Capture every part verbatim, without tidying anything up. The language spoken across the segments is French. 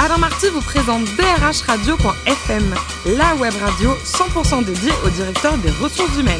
Alain Marty vous présente D R H radio point F M, la web radio cent pour cent dédiée au directeur des ressources humaines.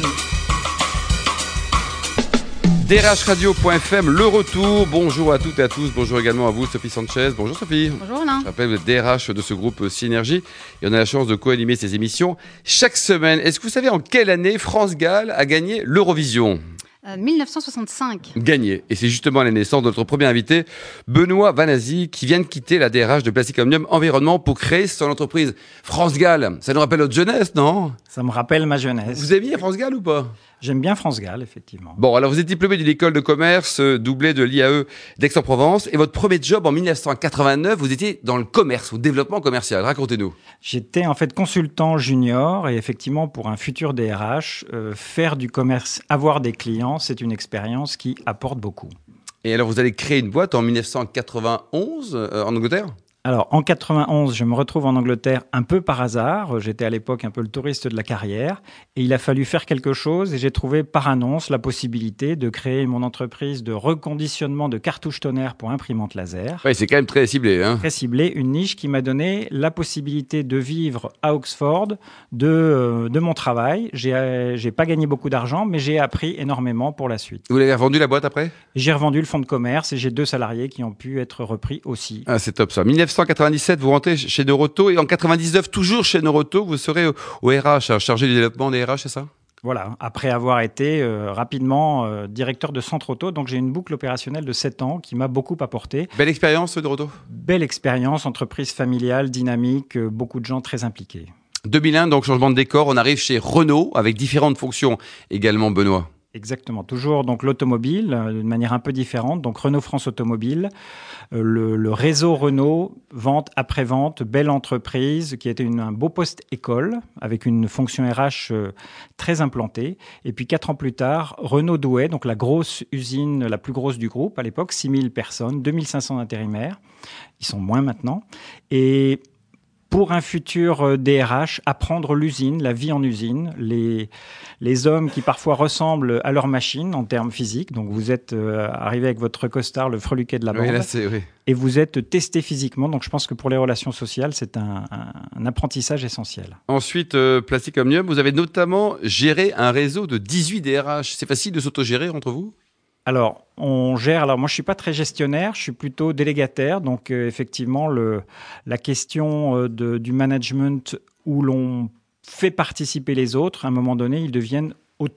D R H radio point F M, le retour. Bonjour à toutes et à tous. Bonjour également à vous, Sophie Sanchez. Bonjour Sophie. Bonjour Alain. Je rappelle, vous êtes D R H de ce groupe Synergie et on a la chance de co-animer ces émissions chaque semaine. Est-ce que vous savez en quelle année France Gall a gagné l'Eurovision ? Euh, dix-neuf cent soixante-cinq. Gagné. Et c'est justement la naissance de notre premier invité, Benoît Vanazi, qui vient de quitter la D R H de Plastic Omnium Environnement pour créer son entreprise France Gall. Ça nous rappelle notre jeunesse, non ? Ça me rappelle ma jeunesse. Vous aimez France Gall ou pas ? J'aime bien France Gall, effectivement. Bon, alors vous êtes diplômé d'une école de commerce, euh, doublé de l'I A E d'Aix-en-Provence. Et votre premier job en dix-neuf cent quatre-vingt-neuf, vous étiez dans le commerce, au développement commercial. Racontez-nous. J'étais en fait consultant junior et effectivement pour un futur D R H, euh, faire du commerce, avoir des clients, c'est une expérience qui apporte beaucoup. Et alors vous allez créer une boîte en dix-neuf cent quatre-vingt-onze euh, en Angleterre ? Alors, en quatre-vingt-onze, je me retrouve en Angleterre un peu par hasard. J'étais à l'époque un peu le touriste de la carrière. Et il a fallu faire quelque chose. Et j'ai trouvé par annonce la possibilité de créer mon entreprise de reconditionnement de cartouches tonnerre pour imprimantes laser. Oui, c'est quand même très ciblé. Hein. Très ciblé, une niche qui m'a donné la possibilité de vivre à Oxford de, euh, de mon travail. J'ai, euh, j'ai pas gagné beaucoup d'argent, mais j'ai appris énormément pour la suite. Vous l'avez revendu la boîte après ? J'ai revendu le fonds de commerce et j'ai deux salariés qui ont pu être repris aussi. Ah, c'est top ça. dix-neuf cent quatre-vingt-dix-sept, vous rentrez chez Neuroto et en quatre-vingt-dix-neuf, toujours chez Neuroto, vous serez au, au R H, chargé du développement des R H, c'est ça ? Voilà, après avoir été euh, rapidement euh, directeur de centre auto, donc j'ai une boucle opérationnelle de sept ans qui m'a beaucoup apporté. Belle expérience Neuroto ? Belle expérience, entreprise familiale, dynamique, euh, beaucoup de gens très impliqués. deux mille un, donc changement de décor, on arrive chez Renault avec différentes fonctions également, Benoît. Exactement, toujours donc l'automobile euh, d'une manière un peu différente, donc Renault France Automobile, euh, le, le réseau Renault, vente après-vente, belle entreprise qui était une, un beau poste école avec une fonction R H euh, très implantée. Et puis quatre ans plus tard, Renault Douai, donc la grosse usine, la plus grosse du groupe à l'époque, six mille personnes, deux mille cinq cents intérimaires, ils sont moins maintenant. Et pour un futur D R H, apprendre l'usine, la vie en usine, les, les hommes qui parfois ressemblent à leur machine en termes physiques. Donc vous êtes euh, arrivé avec votre costard, le freluquet de la bande, oui, là, c'est, oui. et vous êtes testé physiquement. Donc je pense que pour les relations sociales, c'est un, un, un apprentissage essentiel. Ensuite, euh, Plastic Omnium, vous avez notamment géré un réseau de dix-huit D R H. C'est facile de s'autogérer entre vous ? Alors, on gère. Alors, moi, je suis pas très gestionnaire, je suis plutôt délégataire. Donc, euh, effectivement, le, la question euh, de, du management où l'on fait participer les autres, à un moment donné, ils deviennent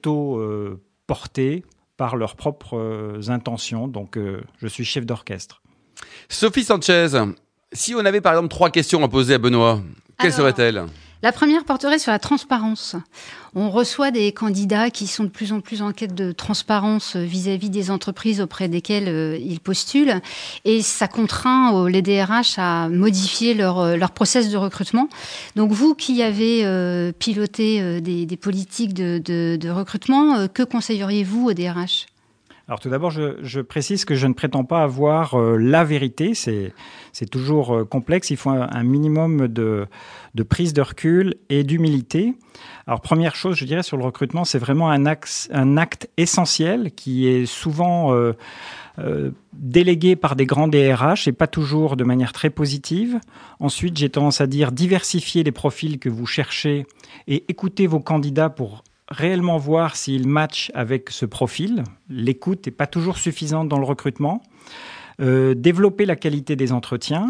auto-portés euh, par leurs propres euh, intentions. Donc, euh, je suis chef d'orchestre. Sophie Sanchez, si on avait par exemple trois questions à poser à Benoît, quelles Alors, seraient-elles ? La première porterait sur la transparence. On reçoit des candidats qui sont de plus en plus en quête de transparence vis-à-vis des entreprises auprès desquelles euh, ils postulent. Et ça contraint euh, les D R H à modifier leur, euh, leur process de recrutement. Donc vous qui avez euh, piloté euh, des, des politiques de, de, de recrutement, euh, que conseilleriez-vous aux D R H ? Alors tout d'abord, je, je précise que je ne prétends pas avoir euh, la vérité. C'est, c'est toujours euh, complexe. Il faut un, un minimum de, de prise de recul et d'humilité. Alors première chose, je dirais sur le recrutement, c'est vraiment un, axe, un acte essentiel qui est souvent euh, euh, délégué par des grands D R H et pas toujours de manière très positive. Ensuite, j'ai tendance à dire diversifier les profils que vous cherchez et écoutez vos candidats pour réellement voir s'ils matchent avec ce profil. L'écoute n'est pas toujours suffisante dans le recrutement. Euh, développer la qualité des entretiens.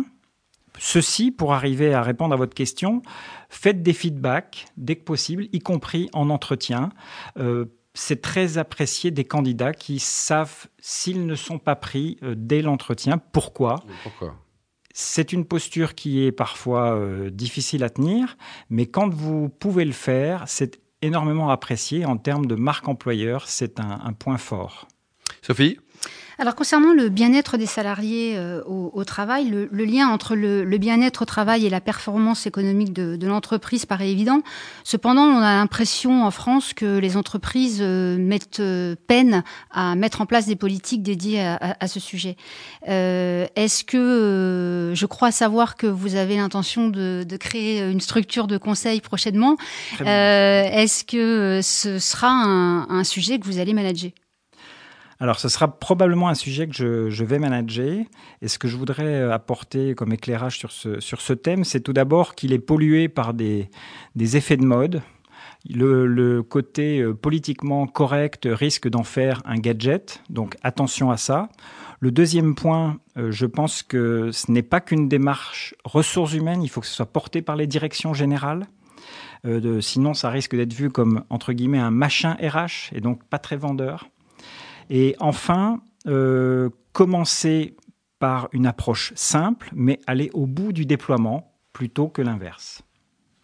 Ceci, pour arriver à répondre à votre question, faites des feedbacks dès que possible, y compris en entretien. Euh, c'est très apprécié des candidats qui savent s'ils ne sont pas pris euh, dès l'entretien. Pourquoi ? Pourquoi ? C'est une posture qui est parfois euh, difficile à tenir, mais quand vous pouvez le faire, c'est énormément apprécié en termes de marque employeur. C'est un, un point fort. Sophie ? Alors concernant le bien-être des salariés euh, au, au travail, le, le lien entre le, le bien-être au travail et la performance économique de, de l'entreprise paraît évident. Cependant, on a l'impression en France que les entreprises euh, mettent euh, peine à mettre en place des politiques dédiées à, à, à ce sujet. Euh, est-ce que, euh, je crois savoir que vous avez l'intention de, de créer une structure de conseil prochainement. Euh, est-ce que ce sera un, un sujet que vous allez manager ? Alors, ce sera probablement un sujet que je, je vais manager. Et ce que je voudrais apporter comme éclairage sur ce, sur ce thème, c'est tout d'abord qu'il est pollué par des, des effets de mode. Le, le côté politiquement correct risque d'en faire un gadget, donc attention à ça. Le deuxième point, euh, je pense que ce n'est pas qu'une démarche ressources humaines, il faut que ce soit porté par les directions générales. Euh, de, sinon, ça risque d'être vu comme, entre guillemets, un machin R H, et donc pas très vendeur. Et enfin, euh, commencer par une approche simple, mais aller au bout du déploiement plutôt que l'inverse. Sophie ?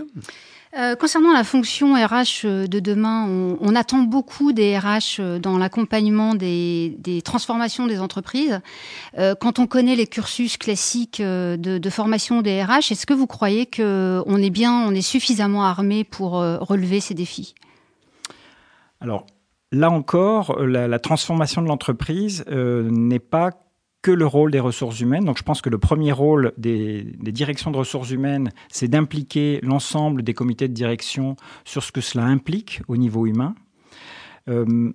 Euh, concernant la fonction R H de demain, on, on attend beaucoup des R H dans l'accompagnement des, des transformations des entreprises. Euh, quand on connaît les cursus classiques de, de formation des R H, est-ce que vous croyez qu'on est bien, on est suffisamment armé pour relever ces défis ? Alors, là encore, la, la transformation de l'entreprise euh, n'est pas que le rôle des ressources humaines. Donc, je pense que le premier rôle des, des directions de ressources humaines, c'est d'impliquer l'ensemble des comités de direction sur ce que cela implique au niveau humain. Euh,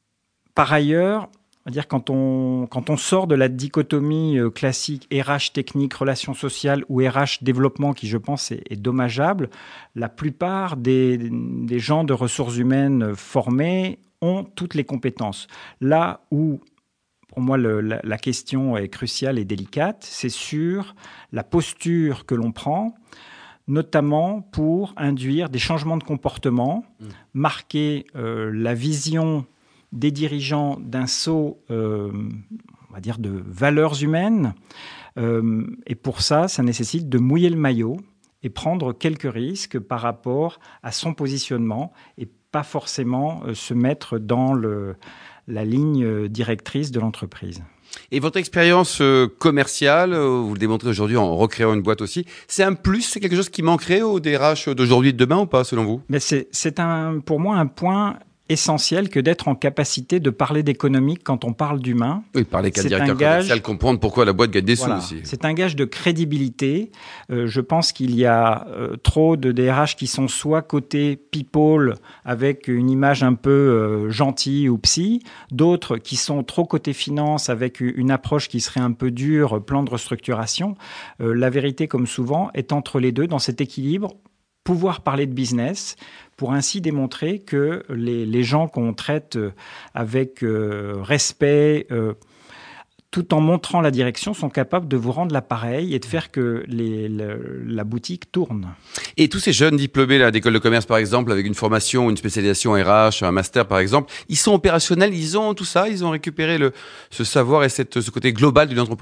par ailleurs, on va dire quand on, quand on sort de la dichotomie euh, classique R H technique, relations sociales ou R H développement, qui je pense est, est dommageable, la plupart des, des gens de ressources humaines formés ont toutes les compétences. Là où pour moi, le, la, la question est cruciale et délicate. C'est sur la posture que l'on prend, notamment pour induire des changements de comportement, mmh. marquer euh, la vision des dirigeants d'un saut, euh, on va dire, de valeurs humaines. Euh, et pour ça, ça nécessite de mouiller le maillot et prendre quelques risques par rapport à son positionnement et pas forcément euh, se mettre dans le... la ligne directrice de l'entreprise. Et votre expérience euh, commerciale, euh, vous le démontrez aujourd'hui en recréant une boîte aussi, c'est un plus, c'est quelque chose qui manquerait aux D R H d'aujourd'hui et de demain ou pas, selon vous ? Mais c'est, c'est un, pour moi un point essentiel que d'être en capacité de parler d'économique quand on parle d'humain. Oui, parler qu'à le directeur commercial, comprendre pourquoi la boîte gagne des voilà, sous aussi. C'est un gage de crédibilité. Euh, je pense qu'il y a euh, trop de D R H qui sont soit côté people avec une image un peu euh, gentille ou psy, d'autres qui sont trop côté finance avec une approche qui serait un peu dure, plan de restructuration. Euh, la vérité, comme souvent, est entre les deux, dans cet équilibre. Pouvoir parler de business pour ainsi démontrer que les, les gens qu'on traite avec euh, respect, euh, tout en montrant la direction, sont capables de vous rendre l'appareil et de faire que les, le, la boutique tourne. Et tous ces jeunes diplômés là, d'école de commerce, par exemple, avec une formation, une spécialisation R H, un master, par exemple, ils sont opérationnels, ils ont tout ça, ils ont récupéré le, ce savoir et cette, ce côté global d'une entreprise ?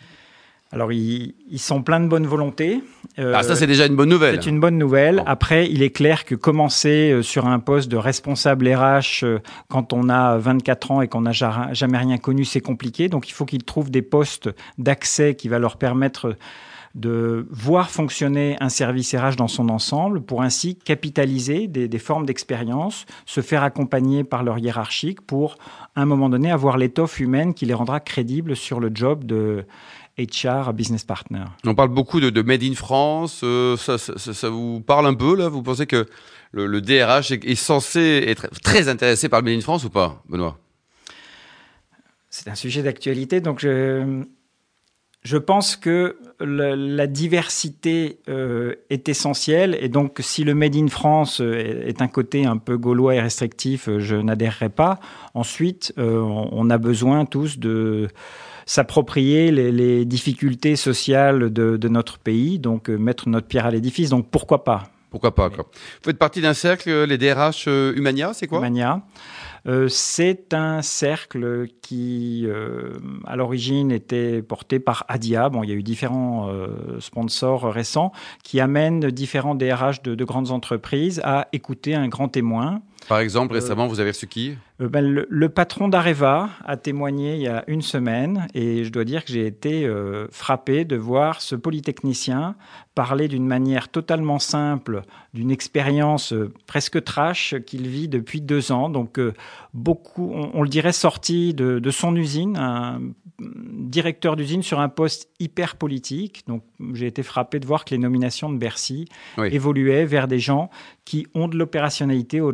Alors, ils, ils sont pleins de bonne volonté. Euh, ah, ça, c'est déjà une bonne nouvelle. C'est une bonne nouvelle. Bon. Après, il est clair que commencer sur un poste de responsable R H quand on a vingt-quatre ans et qu'on n'a jamais rien connu, c'est compliqué. Donc, il faut qu'ils trouvent des postes d'accès qui va leur permettre de voir fonctionner un service R H dans son ensemble pour ainsi capitaliser des, des formes d'expérience, se faire accompagner par leur hiérarchique pour, à un moment donné, avoir l'étoffe humaine qui les rendra crédibles sur le job de H R business partner. On parle beaucoup de, de Made in France. Euh, ça, ça, ça vous parle un peu, là ? Vous pensez que le, le D R H est, est censé être très intéressé par le Made in France ou pas, Benoît ? C'est un sujet d'actualité, donc je... Je pense que le, la diversité euh, est essentielle et donc si le Made in France est, est un côté un peu gaulois et restrictif, je n'adhérerai pas. Ensuite, euh, on a besoin tous de s'approprier les, les difficultés sociales de, de notre pays, donc euh, mettre notre pierre à l'édifice. Donc pourquoi pas ? Pourquoi pas, quoi. Vous faites partie d'un cercle, les D R H euh, Humania, c'est quoi ? Humania. Euh, c'est un cercle qui, euh, à l'origine, était porté par Adia. Bon, il y a eu différents euh, sponsors récents qui amènent différents D R H de, de grandes entreprises à écouter un grand témoin. Par exemple, récemment, euh, vous avez reçu qui ? euh, ben, le, le patron d'Areva a témoigné il y a une semaine et je dois dire que j'ai été euh, frappé de voir ce polytechnicien parler d'une manière totalement simple, d'une expérience euh, presque trash qu'il vit depuis deux ans. Donc, euh, beaucoup, on, on le dirait, sorti de, de son usine, un directeur d'usine sur un poste hyper politique. Donc, j'ai été frappé de voir que les nominations de Bercy oui. évoluaient vers des gens qui ont de l'opérationnalité au-delà de leur carrière.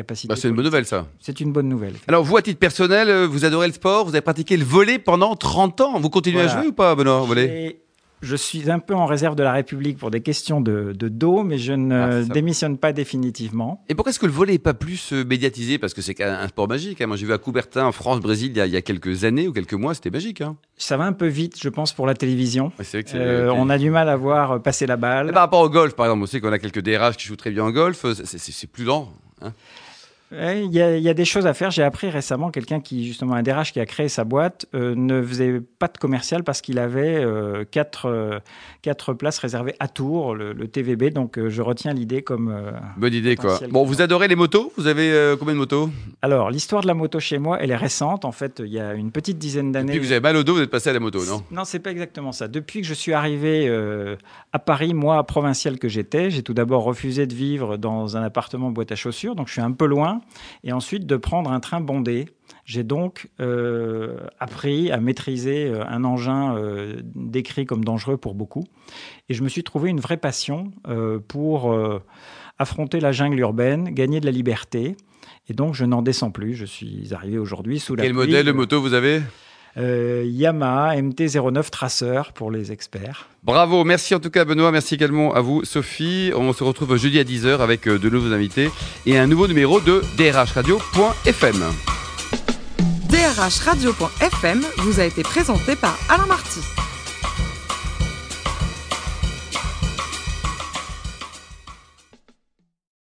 capacité. Bah, c'est une bonne nouvelle, ça. C'est une bonne nouvelle. Alors, vous, à titre personnel, vous adorez le sport, vous avez pratiqué le volley pendant trente ans. Vous continuez Voilà. à jouer ou pas, Benoît, au volley? Et je suis un peu en réserve de la République pour des questions de, de dos, mais je ne Ah, ça... démissionne pas définitivement. Et pourquoi est-ce que le volley n'est pas plus euh, médiatisé? Parce que c'est quand même un sport magique. Hein. Moi, j'ai vu à Coubertin, en France, Brésil, il y, a, il y a quelques années ou quelques mois, c'était magique. Hein. Ça va un peu vite, je pense, pour la télévision. Ouais, c'est vrai que c'est... Euh, okay. On a du mal à voir passer la balle. Et par rapport au golf, par exemple, on sait qu'on a quelques D R H qui jouent très bien au golf. C'est, c'est, c'est plus lent. Hein. Il y, a, il y a des choses à faire. J'ai appris récemment quelqu'un qui, justement, un D R H qui a créé sa boîte, euh, ne faisait pas de commercial parce qu'il avait euh, quatre, euh, quatre places réservées à Tours, le, le T V B. Donc, euh, je retiens l'idée comme euh, bonne idée, quoi. Bon, vous adorez les motos? Vous avez euh, combien de motos? Alors, l'histoire de la moto chez moi, elle est récente. En fait, il y a une petite dizaine d'années. Depuis que vous avez mal au dos, vous êtes passé à la moto, non? Non, c'est pas exactement ça. Depuis que je suis arrivé euh, à Paris, moi, provincial que j'étais, j'ai tout d'abord refusé de vivre dans un appartement boîte à chaussures, donc je suis un peu loin. Et ensuite de prendre un train bondé. J'ai donc euh, appris à maîtriser un engin euh, décrit comme dangereux pour beaucoup. Et je me suis trouvé une vraie passion euh, pour euh, affronter la jungle urbaine, gagner de la liberté. Et donc, je n'en descends plus. Je suis arrivé aujourd'hui sous la Quel pluie. modèle de moto vous avez? Euh, Yamaha M T zéro neuf Tracer pour les experts. Bravo, merci en tout cas Benoît, merci également à vous Sophie. On se retrouve jeudi à dix heures avec de nouveaux invités et un nouveau numéro de D R H radio point F M. D R H radio point F M vous a été présenté par Alain Marty.